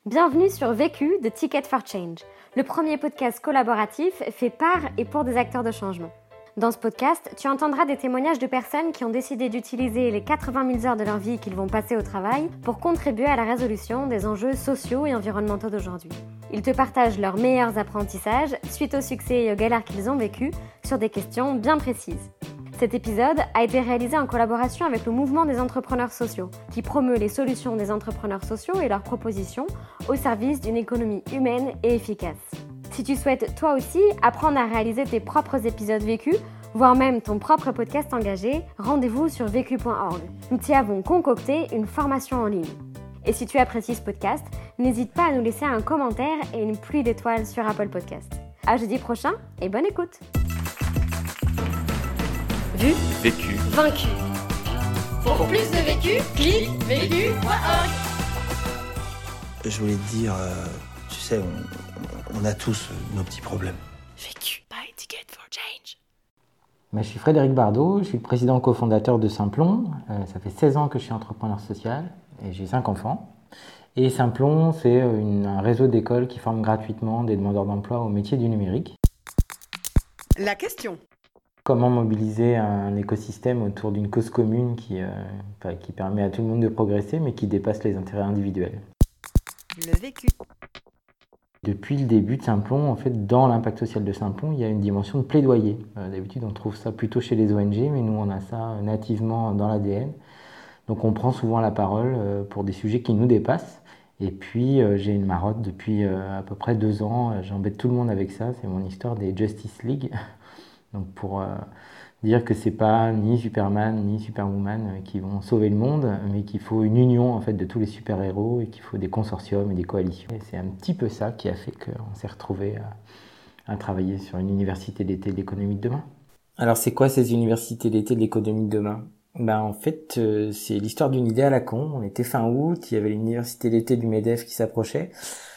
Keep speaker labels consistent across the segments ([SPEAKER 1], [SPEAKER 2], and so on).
[SPEAKER 1] Bienvenue sur Vécu de Ticket for Change, le premier podcast collaboratif fait par et pour des acteurs de changement. Dans ce podcast, tu entendras des témoignages de personnes qui ont décidé d'utiliser les 80 000 heures de leur vie qu'ils vont passer au travail pour contribuer à la résolution des enjeux sociaux et environnementaux d'aujourd'hui. Ils te partagent leurs meilleurs apprentissages suite au succès et aux galères qu'ils ont vécues sur des questions bien précises. Cet épisode a été réalisé en collaboration avec le Mouvement des entrepreneurs sociaux, qui promeut les solutions des entrepreneurs sociaux et leurs propositions au service d'une économie humaine et efficace. Si tu souhaites toi aussi apprendre à réaliser tes propres épisodes vécus, voire même ton propre podcast engagé, rendez-vous sur vécu.org. Nous t'y avons concocté une formation en ligne. Et si tu apprécies ce podcast, n'hésite pas à nous laisser un commentaire et une pluie d'étoiles sur Apple Podcast. À jeudi prochain et bonne écoute.
[SPEAKER 2] Vu, vécu, vaincu.
[SPEAKER 3] Pour plus de vécu, clique vécu.org.
[SPEAKER 4] Je voulais te dire, tu sais, on a tous nos petits problèmes.
[SPEAKER 3] Vécu by Ticket for Change.
[SPEAKER 5] Je suis Frédéric Bardot, je suis le président cofondateur de Simplon. Ça fait 16 ans que je suis entrepreneur social et j'ai 5 enfants. Et Simplon, c'est un réseau d'écoles qui forme gratuitement des demandeurs d'emploi au métier du numérique.
[SPEAKER 6] La question.
[SPEAKER 5] Comment mobiliser un écosystème autour d'une cause commune qui permet à tout le monde de progresser, mais qui dépasse les intérêts individuels.
[SPEAKER 6] Le vécu.
[SPEAKER 5] Depuis le début de Simplon, en fait, dans l'impact social de Simplon, il y a une dimension de plaidoyer. D'habitude, on trouve ça plutôt chez les ONG, mais nous, on a ça nativement dans l'ADN. Donc, on prend souvent la parole pour des sujets qui nous dépassent. Et puis, j'ai une marotte depuis à peu près 2 ans. J'embête tout le monde avec ça. C'est mon histoire des Justice League. Donc pour dire que c'est pas ni Superman ni Superwoman qui vont sauver le monde, mais qu'il faut une union en fait de tous les super-héros et qu'il faut des consortiums et des coalitions. Et c'est un petit peu ça qui a fait qu'on s'est retrouvés à travailler sur une université d'été de l'économie de demain. Alors c'est quoi ces universités d'été de l'économie de demain ? En fait, c'est l'histoire d'une idée à la con. On était fin août, il y avait l'université d'été du MEDEF qui s'approchait.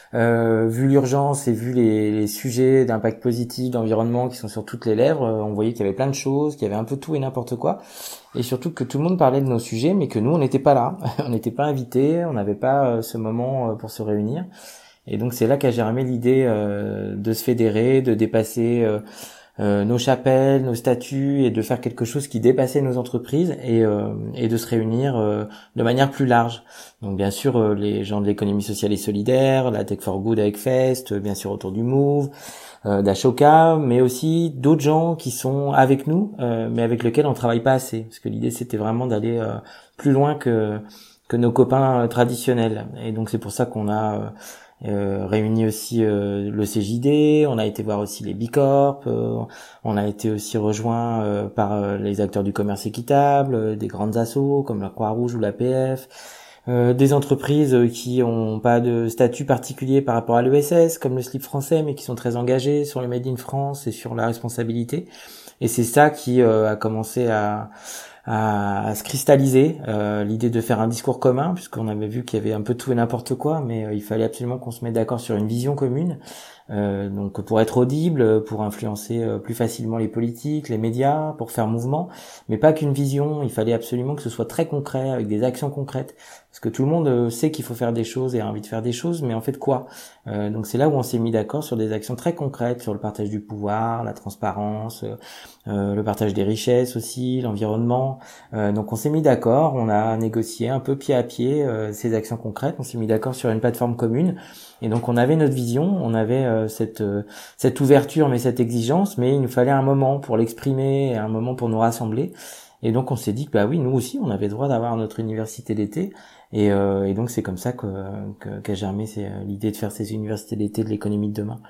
[SPEAKER 5] Vu l'urgence et vu les sujets d'impact positif, d'environnement qui sont sur toutes les lèvres, on voyait qu'il y avait plein de choses, qu'il y avait un peu tout et n'importe quoi, et surtout que tout le monde parlait de nos sujets, mais que nous on n'était pas là, on n'était pas invités, on n'avait pas ce moment pour se réunir, et donc c'est là qu'a germé l'idée de se fédérer, de dépasser nos chapelles, nos statuts, et de faire quelque chose qui dépassait nos entreprises et de se réunir de manière plus large. Donc bien sûr les gens de l'économie sociale et solidaire, la Tech for Good avec Fest, bien sûr autour du Move, d'Ashoka, mais aussi d'autres gens qui sont avec nous, mais avec lesquels on travaille pas assez. Parce que l'idée c'était vraiment d'aller plus loin que nos copains traditionnels. Et donc c'est pour ça qu'on a réuni aussi le CJD, on a été voir aussi les Bicorp, on a été aussi rejoint par les acteurs du commerce équitable, des grandes assos comme la Croix-Rouge ou l'APF, des entreprises qui ont pas de statut particulier par rapport à l'ESS comme le Slip français, mais qui sont très engagés sur le Made in France et sur la responsabilité. Et c'est ça qui a commencé à se cristalliser, l'idée de faire un discours commun, puisqu'on avait vu qu'il y avait un peu tout et n'importe quoi, mais il fallait absolument qu'on se mette d'accord sur une vision commune, donc pour être audible, pour influencer plus facilement les politiques, les médias, pour faire mouvement, mais pas qu'une vision, il fallait absolument que ce soit très concret, avec des actions concrètes, parce que tout le monde sait qu'il faut faire des choses et a envie de faire des choses, mais en fait quoi ? Donc c'est là où on s'est mis d'accord sur des actions très concrètes, sur le partage du pouvoir, la transparence, le partage des richesses aussi, l'environnement. Donc on s'est mis d'accord, on a négocié un peu pied à pied ces actions concrètes, on s'est mis d'accord sur une plateforme commune, et donc on avait notre vision, on avait cette ouverture mais cette exigence, mais il nous fallait un moment pour l'exprimer, et un moment pour nous rassembler. Et donc on s'est dit que oui, nous aussi on avait le droit d'avoir notre université d'été, et donc c'est comme ça qu'a germé l'idée de faire ces universités d'été de l'économie de demain.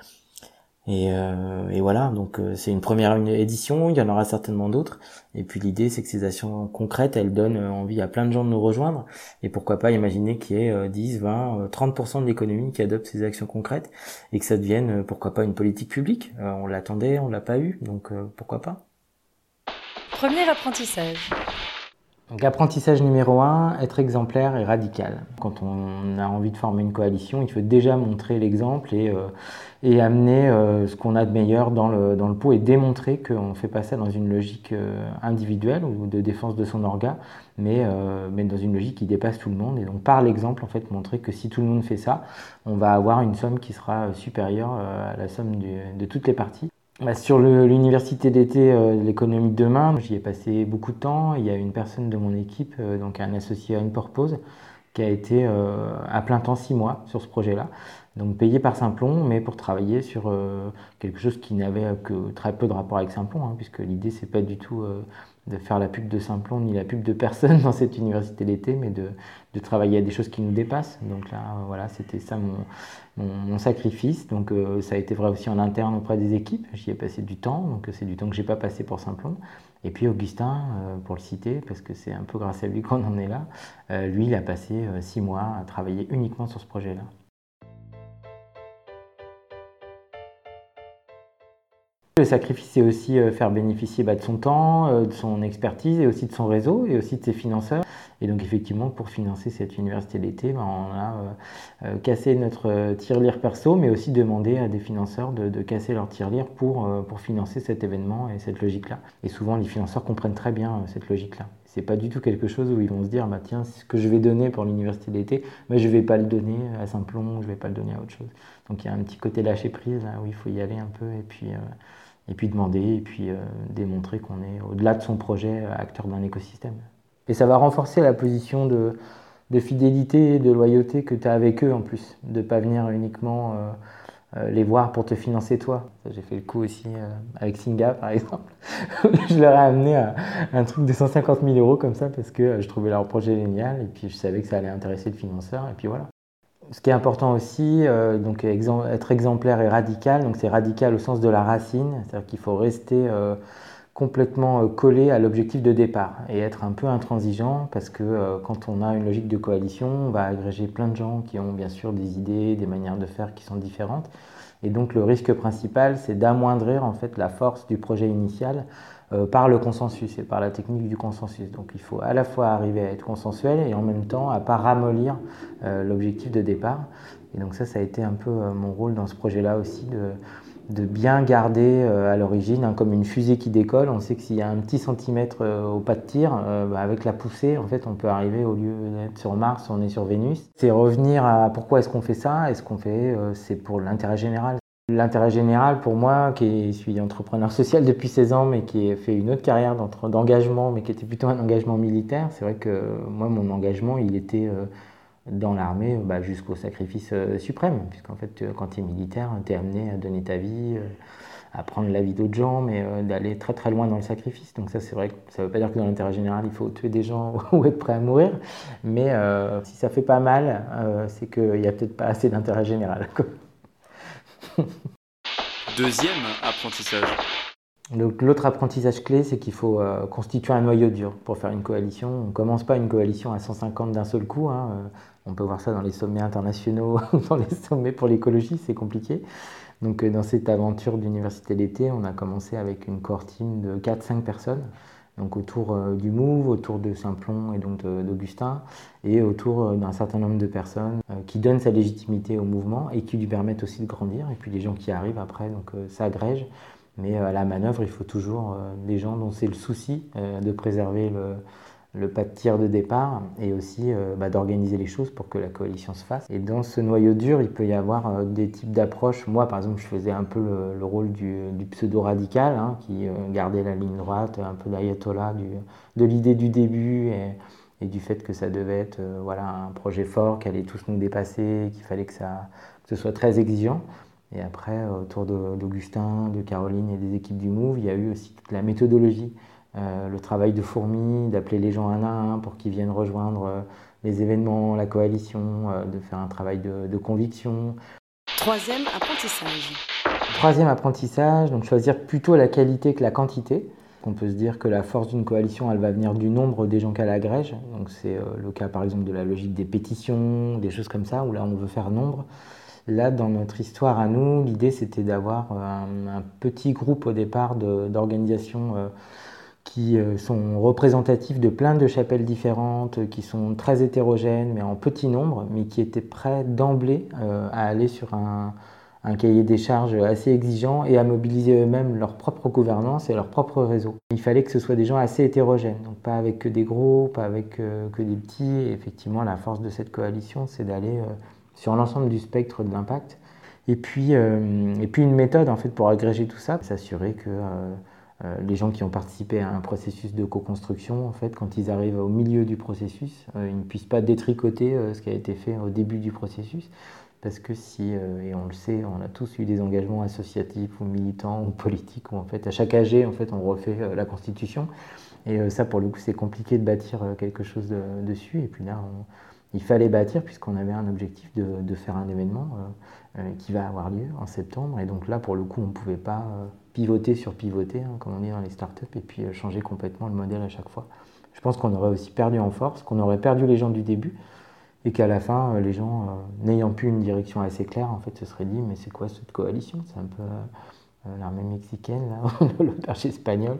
[SPEAKER 5] Et voilà, donc c'est une première édition, il y en aura certainement d'autres, et puis l'idée c'est que ces actions concrètes, elles donnent envie à plein de gens de nous rejoindre, et pourquoi pas imaginer qu'il y ait 10, 20, 30% de l'économie qui adopte ces actions concrètes, et que ça devienne pourquoi pas une politique publique. On l'attendait, on l'a pas eu, donc pourquoi pas.
[SPEAKER 2] Premier apprentissage.
[SPEAKER 5] Donc, apprentissage numéro 1, être exemplaire et radical. Quand on a envie de former une coalition, il faut déjà montrer l'exemple et amener ce qu'on a de meilleur dans le pot et démontrer qu'on ne fait pas ça dans une logique individuelle ou de défense de son orga, mais dans une logique qui dépasse tout le monde. Et donc par l'exemple, en fait, montrer que si tout le monde fait ça, on va avoir une somme qui sera supérieure à la somme de toutes les parties. Sur l'université d'été de l'économie de demain, j'y ai passé beaucoup de temps. Il y a une personne de mon équipe, donc un associé à une purpose, qui a été à plein temps 6 mois sur ce projet-là. Donc payé par Simplon, mais pour travailler sur quelque chose qui n'avait que très peu de rapport avec Simplon, hein, puisque l'idée c'est pas du tout de faire la pub de Simplon ni la pub de personne dans cette université d'été, mais de travailler à des choses qui nous dépassent. Donc là, voilà, c'était ça mon sacrifice. Donc ça a été vrai aussi en interne auprès des équipes. J'y ai passé du temps, donc c'est du temps que j'ai pas passé pour Simplon. Et puis Augustin, pour le citer, parce que c'est un peu grâce à lui qu'on en est là, lui il a passé 6 mois à travailler uniquement sur ce projet-là. Le sacrifice, c'est aussi faire bénéficier de son temps, de son expertise et aussi de son réseau et aussi de ses financeurs. Et donc effectivement, pour financer cette université d'été, on a cassé notre tirelire perso, mais aussi demandé à des financeurs de casser leur tirelire pour financer cet événement et cette logique-là. Et souvent, les financeurs comprennent très bien cette logique-là. C'est pas du tout quelque chose où ils vont se dire tiens, ce que je vais donner pour l'université d'été, je vais pas le donner à Simplon, je vais pas le donner à autre chose. Donc il y a un petit côté lâcher prise là, où il faut y aller un peu et puis demander et puis démontrer qu'on est au-delà de son projet acteur d'un écosystème. Et ça va renforcer la position de fidélité et de loyauté que tu as avec eux en plus, de ne pas venir uniquement les voir pour te financer toi. Ça, j'ai fait le coup aussi avec Singa par exemple. Je leur ai amené un truc de 150 000 € comme ça parce que je trouvais leur projet génial et puis je savais que ça allait intéresser le financeur et puis voilà. Ce qui est important aussi, donc être exemplaire et radical, donc c'est radical au sens de la racine, c'est-à-dire qu'il faut rester complètement collé à l'objectif de départ et être un peu intransigeant parce que quand on a une logique de coalition, on va agréger plein de gens qui ont bien sûr des idées, des manières de faire qui sont différentes. Et donc le risque principal, c'est d'amoindrir en fait la force du projet initial par le consensus et par la technique du consensus. Donc il faut à la fois arriver à être consensuel et en même temps à ne pas ramollir l'objectif de départ. Et donc ça a été un peu mon rôle dans ce projet-là aussi, de bien garder à l'origine, comme une fusée qui décolle. On sait que s'il y a un petit centimètre au pas de tir, avec la poussée, en fait, on peut arriver, au lieu d'être sur Mars, on est sur Vénus. C'est revenir à pourquoi est-ce qu'on fait ça, et ce qu'on fait, c'est pour l'intérêt général. L'intérêt général, pour moi, qui suis entrepreneur social depuis 16 ans, mais qui ai fait une autre carrière d'engagement, mais qui était plutôt un engagement militaire, c'est vrai que moi, mon engagement, il était dans l'armée jusqu'au sacrifice suprême, puisqu'en fait, quand tu es militaire, tu es amené à donner ta vie, à prendre la vie d'autres gens, mais d'aller très très loin dans le sacrifice. Donc ça, c'est vrai que ça ne veut pas dire que dans l'intérêt général, il faut tuer des gens ou être prêt à mourir, mais si ça fait pas mal, c'est qu'il n'y a peut-être pas assez d'intérêt général, quoi.
[SPEAKER 2] Deuxième apprentissage.
[SPEAKER 5] Donc, l'autre apprentissage clé, c'est qu'il faut constituer un noyau dur pour faire une coalition. On ne commence pas une coalition à 150 d'un seul coup. On peut voir ça dans les sommets internationaux, dans les sommets pour l'écologie, c'est compliqué. Donc dans cette aventure d'université d'été, on a commencé avec une core team de 4-5 personnes. Donc autour du Move, autour de Simplon et donc d'Augustin, et autour d'un certain nombre de personnes qui donnent sa légitimité au mouvement et qui lui permettent aussi de grandir. Et puis les gens qui arrivent après, donc ça agrège. Mais à la manœuvre, il faut toujours des gens dont c'est le souci de préserver le pas de tir de départ et aussi d'organiser les choses pour que la coalition se fasse. Et dans ce noyau dur, il peut y avoir des types d'approches. Moi, par exemple, je faisais un peu le rôle du pseudo-radical, qui gardait la ligne droite, un peu l'ayatollah de l'idée du début et du fait que ça devait être un projet fort, qui allait tous nous dépasser, qu'il fallait que ce soit très exigeant. Et après, autour d'Augustin, de Caroline et des équipes du Move, il y a eu aussi toute la méthodologie, le travail de fourmi, d'appeler les gens un à un pour qu'ils viennent rejoindre les événements, la coalition, de faire un travail de conviction.
[SPEAKER 6] Troisième apprentissage.
[SPEAKER 5] Troisième apprentissage, donc choisir plutôt la qualité que la quantité. On peut se dire que la force d'une coalition, elle va venir du nombre des gens qu'elle agrège. Donc c'est le cas par exemple de la logique des pétitions, des choses comme ça, où là on veut faire nombre. Là, dans notre histoire à nous, l'idée c'était d'avoir un petit groupe au départ d'organisations qui sont représentatifs de plein de chapelles différentes, qui sont très hétérogènes, mais en petit nombre, mais qui étaient prêts d'emblée à aller sur un cahier des charges assez exigeant et à mobiliser eux-mêmes leur propre gouvernance et leur propre réseau. Il fallait que ce soit des gens assez hétérogènes, donc pas avec que des gros, pas avec que des petits. Et effectivement, la force de cette coalition, c'est d'aller sur l'ensemble du spectre de l'impact. Et puis une méthode en fait pour agréger tout ça, s'assurer que les gens qui ont participé à un processus de co-construction, en fait, quand ils arrivent au milieu du processus, ils ne puissent pas détricoter ce qui a été fait au début du processus. Parce que si, et on le sait, on a tous eu des engagements associatifs ou militants ou politiques où en fait, à chaque AG, en fait, on refait la Constitution. Et ça, pour le coup, c'est compliqué de bâtir quelque chose dessus. Et puis là, il fallait bâtir puisqu'on avait un objectif de faire un événement qui va avoir lieu en septembre. Et donc là, pour le coup, on ne pouvait pas pivoter sur pivoter, hein, comme on dit dans les startups, et puis changer complètement le modèle à chaque fois. Je pense qu'on aurait aussi perdu en force, qu'on aurait perdu les gens du début, et qu'à la fin, les gens, n'ayant plus une direction assez claire, en fait, se seraient dit « mais c'est quoi cette coalition ?» C'est un peu l'armée mexicaine, là, l'auberge espagnole.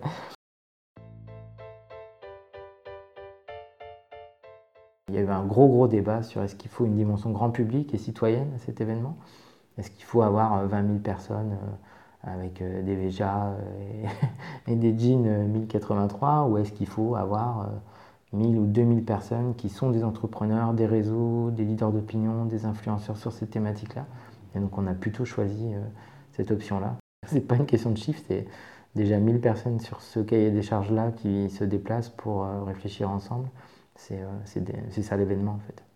[SPEAKER 5] Il y avait un gros débat sur est-ce qu'il faut une dimension grand public et citoyenne à cet événement. Est-ce qu'il faut avoir 20 000 personnes avec des Véjas et des jeans 1083, ou est-ce qu'il faut avoir 1000 ou 2000 personnes qui sont des entrepreneurs, des réseaux, des leaders d'opinion, des influenceurs sur ces thématiques-là. Et donc on a plutôt choisi cette option-là. C'est pas une question de chiffre, c'est déjà 1000 personnes sur ce cahier des charges-là qui se déplacent pour réfléchir ensemble. C'est ça l'événement en fait.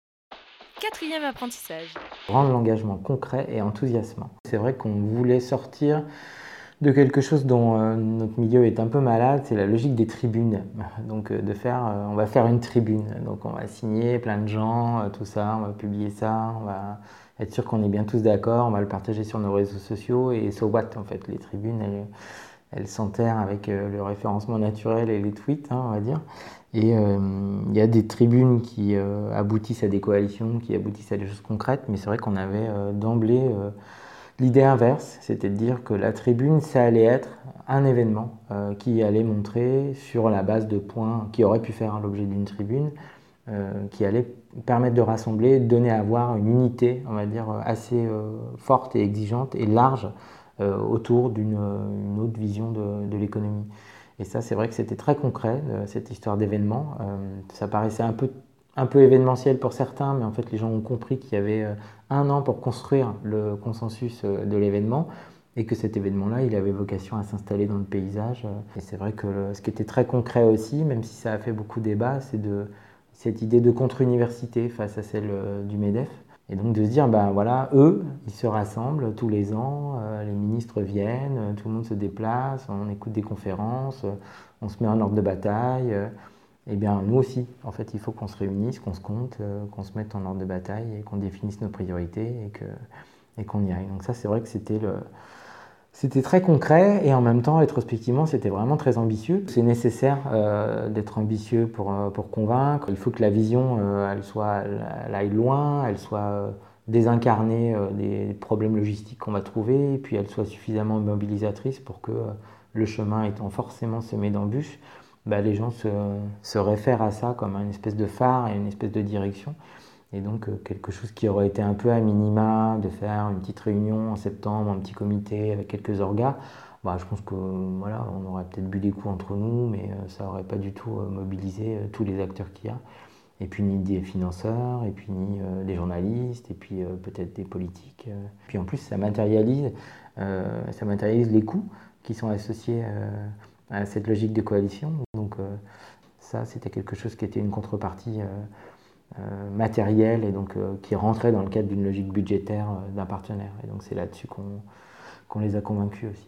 [SPEAKER 3] 4e apprentissage.
[SPEAKER 5] Rendre l'engagement concret et enthousiasmant. C'est vrai qu'on voulait sortir de quelque chose dont notre milieu est un peu malade, c'est la logique des tribunes. Donc on va faire une tribune, donc on va signer plein de gens, tout ça, on va publier ça, on va être sûr qu'on est bien tous d'accord, on va le partager sur nos réseaux sociaux et so what en fait. Les tribunes, elles s'enterrent avec le référencement naturel et les tweets, hein, on va dire. Et il y a des tribunes qui aboutissent à des coalitions, qui aboutissent à des choses concrètes, mais c'est vrai qu'on avait d'emblée l'idée inverse, c'était de dire que la tribune, ça allait être un événement qui allait montrer sur la base de points qui auraient pu faire l'objet d'une tribune, qui allait permettre de rassembler, de donner à voir une unité, on va dire, assez forte et exigeante et large autour d'une autre vision de l'économie. Et ça, c'est vrai que c'était très concret, cette histoire d'événement. Ça paraissait un peu événementiel pour certains, mais en fait, les gens ont compris qu'il y avait 1 an pour construire le consensus de l'événement et que cet événement-là, il avait vocation à s'installer dans le paysage. Et c'est vrai que ce qui était très concret aussi, même si ça a fait beaucoup de débat, c'est cette idée de contre-université face à celle du MEDEF. Et donc de se dire, ben voilà, eux, ils se rassemblent tous les ans, les ministres viennent, tout le monde se déplace, on écoute des conférences, on se met en ordre de bataille. Eh bien, nous aussi, en fait, il faut qu'on se réunisse, qu'on se compte, qu'on se mette en ordre de bataille et qu'on définisse nos priorités et qu'on y aille. Donc ça, c'est vrai que c'était très concret et en même temps, rétrospectivement, c'était vraiment très ambitieux. C'est nécessaire d'être ambitieux pour convaincre. Il faut que la vision, elle aille loin, elle soit désincarnée des problèmes logistiques qu'on va trouver et puis elle soit suffisamment mobilisatrice pour que le chemin étant forcément semé d'embûches, les gens se réfèrent à ça comme une espèce de phare et une espèce de direction. Et donc quelque chose qui aurait été un peu à minima, de faire une petite réunion en septembre, un petit comité avec quelques orgas, je pense que voilà, on aurait peut-être bu des coups entre nous, mais ça n'aurait pas du tout mobilisé tous les acteurs qu'il y a. Et puis ni des financeurs, et puis ni des journalistes, et puis peut-être des politiques. Puis en plus, ça matérialise les coûts qui sont associés à cette logique de coalition. Donc ça, c'était quelque chose qui était une contrepartie matérielle et donc qui rentrait dans le cadre d'une logique budgétaire d'un partenaire. Et donc c'est là-dessus qu'on les a convaincus aussi.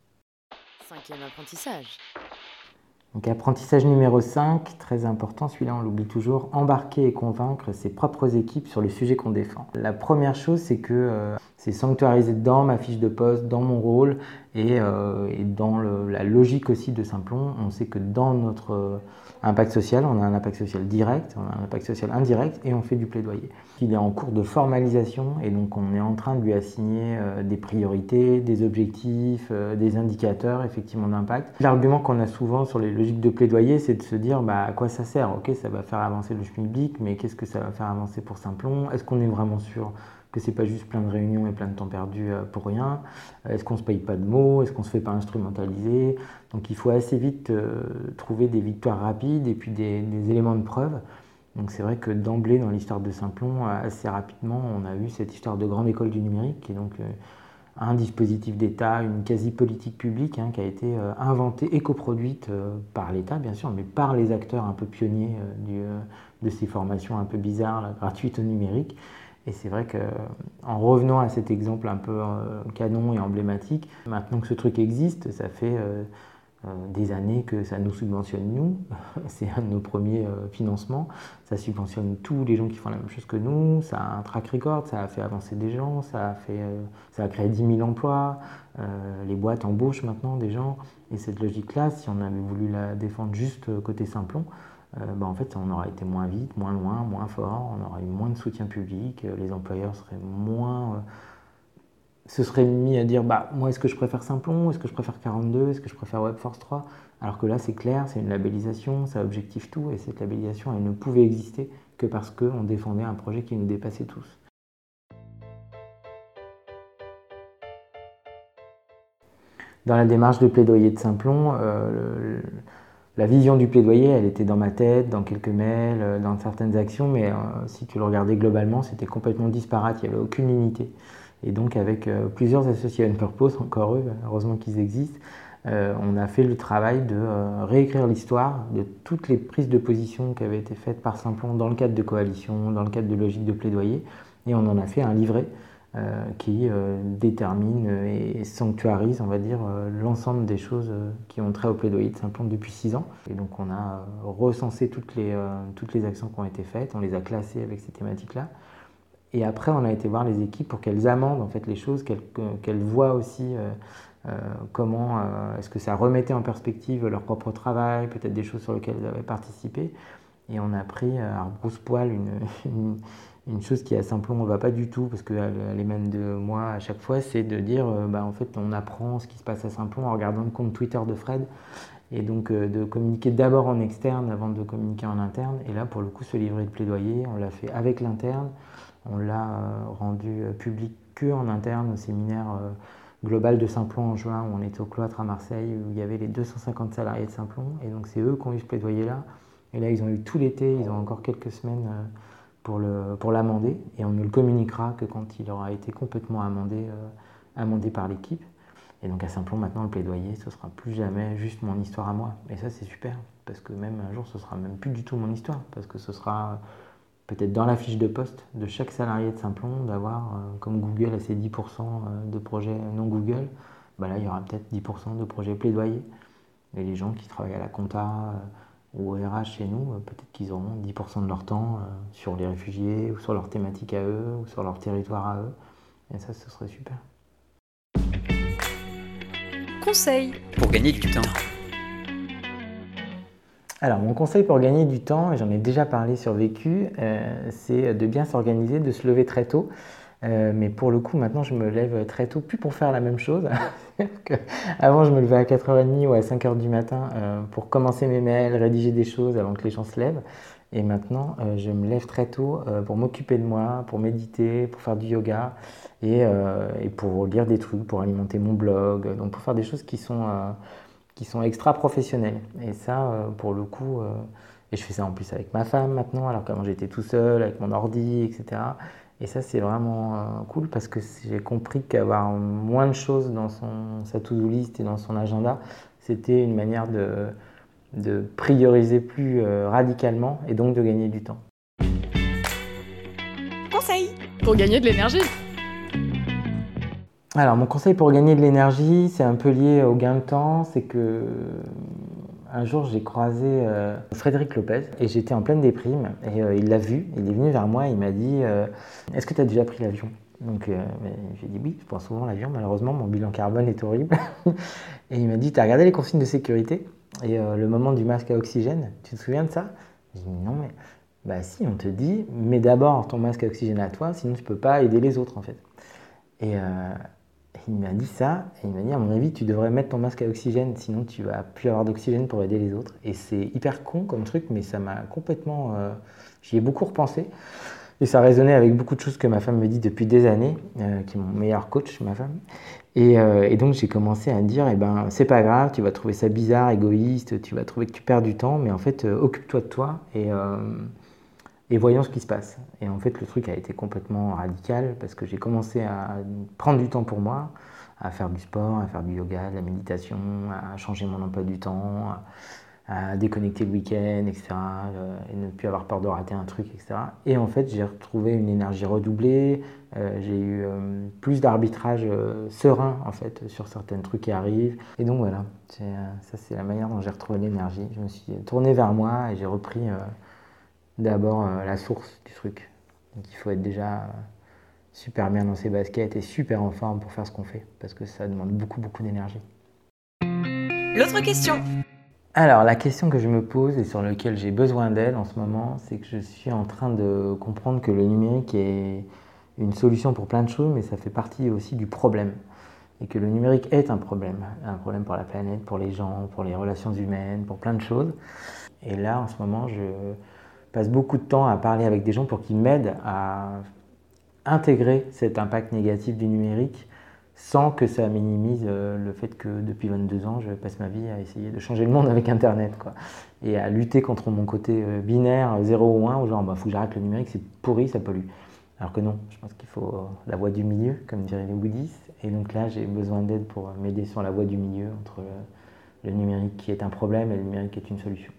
[SPEAKER 3] 5e apprentissage.
[SPEAKER 5] Donc apprentissage numéro 5, très important, celui-là on l'oublie toujours, embarquer et convaincre ses propres équipes sur le sujet qu'on défend. La première chose, c'est que c'est sanctuarisé dans ma fiche de poste, dans mon rôle, Et dans la logique aussi de Simplon, on sait que dans notre impact social, on a un impact social direct, on a un impact social indirect et on fait du plaidoyer. Il est en cours de formalisation et donc on est en train de lui assigner des priorités, des objectifs, des indicateurs effectivement d'impact. L'argument qu'on a souvent sur les logiques de plaidoyer, c'est de se dire à quoi ça sert? Ok, ça va faire avancer le schmilblick, mais qu'est-ce que ça va faire avancer pour Simplon? Est-ce qu'on est vraiment sûr que c'est pas juste plein de réunions et plein de temps perdu pour rien? Est-ce qu'on se paye pas de mots? Est-ce qu'on se fait pas instrumentaliser? Donc il faut assez vite trouver des victoires rapides et puis des éléments de preuve. Donc c'est vrai que d'emblée dans l'histoire de Simplon, assez rapidement, on a eu cette histoire de grande école du numérique, qui est donc un dispositif d'État, une quasi-politique publique qui a été inventée et coproduite par l'État bien sûr, mais par les acteurs un peu pionniers de ces formations un peu bizarres, là, gratuites au numérique. Et c'est vrai qu'en revenant à cet exemple un peu canon et emblématique, maintenant que ce truc existe, ça fait des années que ça nous subventionne nous, c'est un de nos premiers financements, ça subventionne tous les gens qui font la même chose que nous, ça a un track record, ça a fait avancer des gens, ça a créé 10 000 emplois, les boîtes embauchent maintenant des gens, et cette logique-là, si on avait voulu la défendre juste côté Simplon, en fait, on aurait été moins vite, moins loin, moins fort, on aurait eu moins de soutien public, les employeurs seraient se seraient mis à dire moi, est-ce que je préfère Simplon, est-ce que je préfère 42, est-ce que je préfère Webforce 3? Alors que là, c'est clair, c'est une labellisation, ça objective tout, et cette labellisation, elle ne pouvait exister que parce qu'on défendait un projet qui nous dépassait tous. Dans la démarche de plaidoyer de Simplon, la vision du plaidoyer, elle était dans ma tête, dans quelques mails, dans certaines actions, mais si tu le regardais globalement, c'était complètement disparate, il n'y avait aucune unité. Et donc avec plusieurs associés à une purpose, encore eux, heureusement qu'ils existent, on a fait le travail de réécrire l'histoire de toutes les prises de position qui avaient été faites par Simplon dans le cadre de coalition, dans le cadre de logique de plaidoyer, et on en a fait un livret qui détermine et sanctuarise, on va dire, l'ensemble des choses qui ont trait au plaidoyer de Simplon depuis 6 ans. Et donc on a recensé toutes les actions qui ont été faites, on les a classées avec ces thématiques-là. Et après, on a été voir les équipes pour qu'elles amendent en fait les choses, qu'elles voient aussi comment est-ce que ça remettait en perspective leur propre travail, peut-être des choses sur lesquelles elles avaient participé. Et on a pris à rebrousse-poil une chose qui à Simplon ne va pas du tout, parce qu'elle émane de moi à chaque fois, c'est de dire en fait on apprend ce qui se passe à Simplon en regardant le compte Twitter de Fred, et donc de communiquer d'abord en externe avant de communiquer en interne. Et là pour le coup ce livret de plaidoyer, on l'a fait avec l'interne, on l'a rendu public que en interne au séminaire global de Simplon en juin, où on était au cloître à Marseille, où il y avait les 250 salariés de Simplon, et donc c'est eux qui ont eu ce plaidoyer-là. Et là ils ont eu tout l'été, ils ont encore quelques semaines pour l'amender, et on ne le communiquera que quand il aura été complètement amendé par l'équipe. Et donc à Simplon maintenant le plaidoyer, ce sera plus jamais juste mon histoire à moi. Et ça c'est super, parce que même un jour ce sera même plus du tout mon histoire, parce que ce sera peut-être dans la fiche de poste de chaque salarié de Simplon d'avoir, comme Google a ses 10% de projets non Google, là il y aura peut-être 10% de projets plaidoyer. Et les gens qui travaillent à la compta ou au RH chez nous, peut-être qu'ils auront 10% de leur temps sur les réfugiés, ou sur leur thématique à eux, ou sur leur territoire à eux. Et ça, ce serait super.
[SPEAKER 6] Conseil
[SPEAKER 2] pour gagner du temps.
[SPEAKER 5] Alors, mon conseil pour gagner du temps, et j'en ai déjà parlé sur Vécu, c'est de bien s'organiser, de se lever très tôt. Mais pour le coup, maintenant, je me lève très tôt, plus pour faire la même chose. Avant, je me levais à 4h30 ou à 5h du matin pour commencer mes mails, rédiger des choses avant que les gens se lèvent. Et maintenant, je me lève très tôt pour m'occuper de moi, pour méditer, pour faire du yoga et pour lire des trucs, pour alimenter mon blog, donc pour faire des choses qui sont extra-professionnelles. Et ça, pour le coup, et je fais ça en plus avec ma femme maintenant, alors qu'avant j'étais tout seul, avec mon ordi, etc. Et ça, c'est vraiment cool parce que j'ai compris qu'avoir moins de choses dans sa to-do list et dans son agenda, c'était une manière de prioriser plus radicalement et donc de gagner du temps.
[SPEAKER 6] Conseil
[SPEAKER 3] Pour gagner de l'énergie.
[SPEAKER 5] Alors, mon conseil pour gagner de l'énergie, c'est un peu lié au gain de temps, c'est que un jour, j'ai croisé Frédéric Lopez et j'étais en pleine déprime et il l'a vu, il est venu vers moi et il m'a dit « Est-ce que tu as déjà pris l'avion ?» Donc j'ai dit oui, je prends souvent l'avion, malheureusement mon bilan carbone est horrible. Et il m'a dit, t'as regardé les consignes de sécurité et le moment du masque à oxygène, tu te souviens de ça? J'ai dit non, mais bah si, on te dit, mets d'abord ton masque à oxygène à toi, sinon tu peux pas aider les autres en fait. Et il m'a dit ça, et il m'a dit à mon avis tu devrais mettre ton masque à oxygène, sinon tu vas plus avoir d'oxygène pour aider les autres. Et c'est hyper con comme truc, mais ça m'a complètement, j'y ai beaucoup repensé. Et ça résonnait avec beaucoup de choses que ma femme me dit depuis des années, qui est mon meilleur coach, ma femme. Et donc j'ai commencé à me dire, c'est pas grave, tu vas trouver ça bizarre, égoïste, tu vas trouver que tu perds du temps, mais en fait, occupe-toi de toi et voyons ce qui se passe. Et en fait, le truc a été complètement radical parce que j'ai commencé à prendre du temps pour moi, à faire du sport, à faire du yoga, de la méditation, à changer mon emploi du temps, à déconnecter le week-end, etc. Et ne plus avoir peur de rater un truc, etc. Et en fait, j'ai retrouvé une énergie redoublée, j'ai eu plus d'arbitrage serein, en fait, sur certains trucs qui arrivent. Et donc voilà, ça c'est la manière dont j'ai retrouvé l'énergie. Je me suis tourné vers moi et j'ai repris d'abord la source du truc. Donc il faut être déjà super bien dans ses baskets et super en forme pour faire ce qu'on fait, parce que ça demande beaucoup, beaucoup d'énergie.
[SPEAKER 6] L'autre question.
[SPEAKER 5] Alors, la question que je me pose et sur laquelle j'ai besoin d'aide en ce moment, c'est que je suis en train de comprendre que le numérique est une solution pour plein de choses, mais ça fait partie aussi du problème. Et que le numérique est un problème pour la planète, pour les gens, pour les relations humaines, pour plein de choses. Et là, en ce moment, je passe beaucoup de temps à parler avec des gens pour qu'ils m'aident à intégrer cet impact négatif du numérique sans que ça minimise le fait que depuis 22 ans, je passe ma vie à essayer de changer le monde avec Internet, quoi. Et à lutter contre mon côté binaire, 0 ou 1, où genre, faut que j'arrête le numérique, c'est pourri, ça pollue. Alors que non, je pense qu'il faut la voie du milieu, comme diraient les bouddhistes. Et donc là, j'ai besoin d'aide pour m'aider sur la voie du milieu, entre le numérique qui est un problème et le numérique qui est une solution.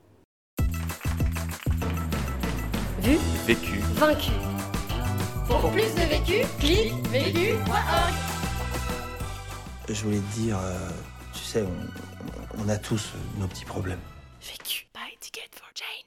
[SPEAKER 3] Vu,
[SPEAKER 2] Vécu.
[SPEAKER 3] vaincu. Pour plus de vécu, clique vécu.org.
[SPEAKER 4] Je voulais te dire, tu sais, on a tous nos petits problèmes.
[SPEAKER 6] Vécu. Buy ticket for change.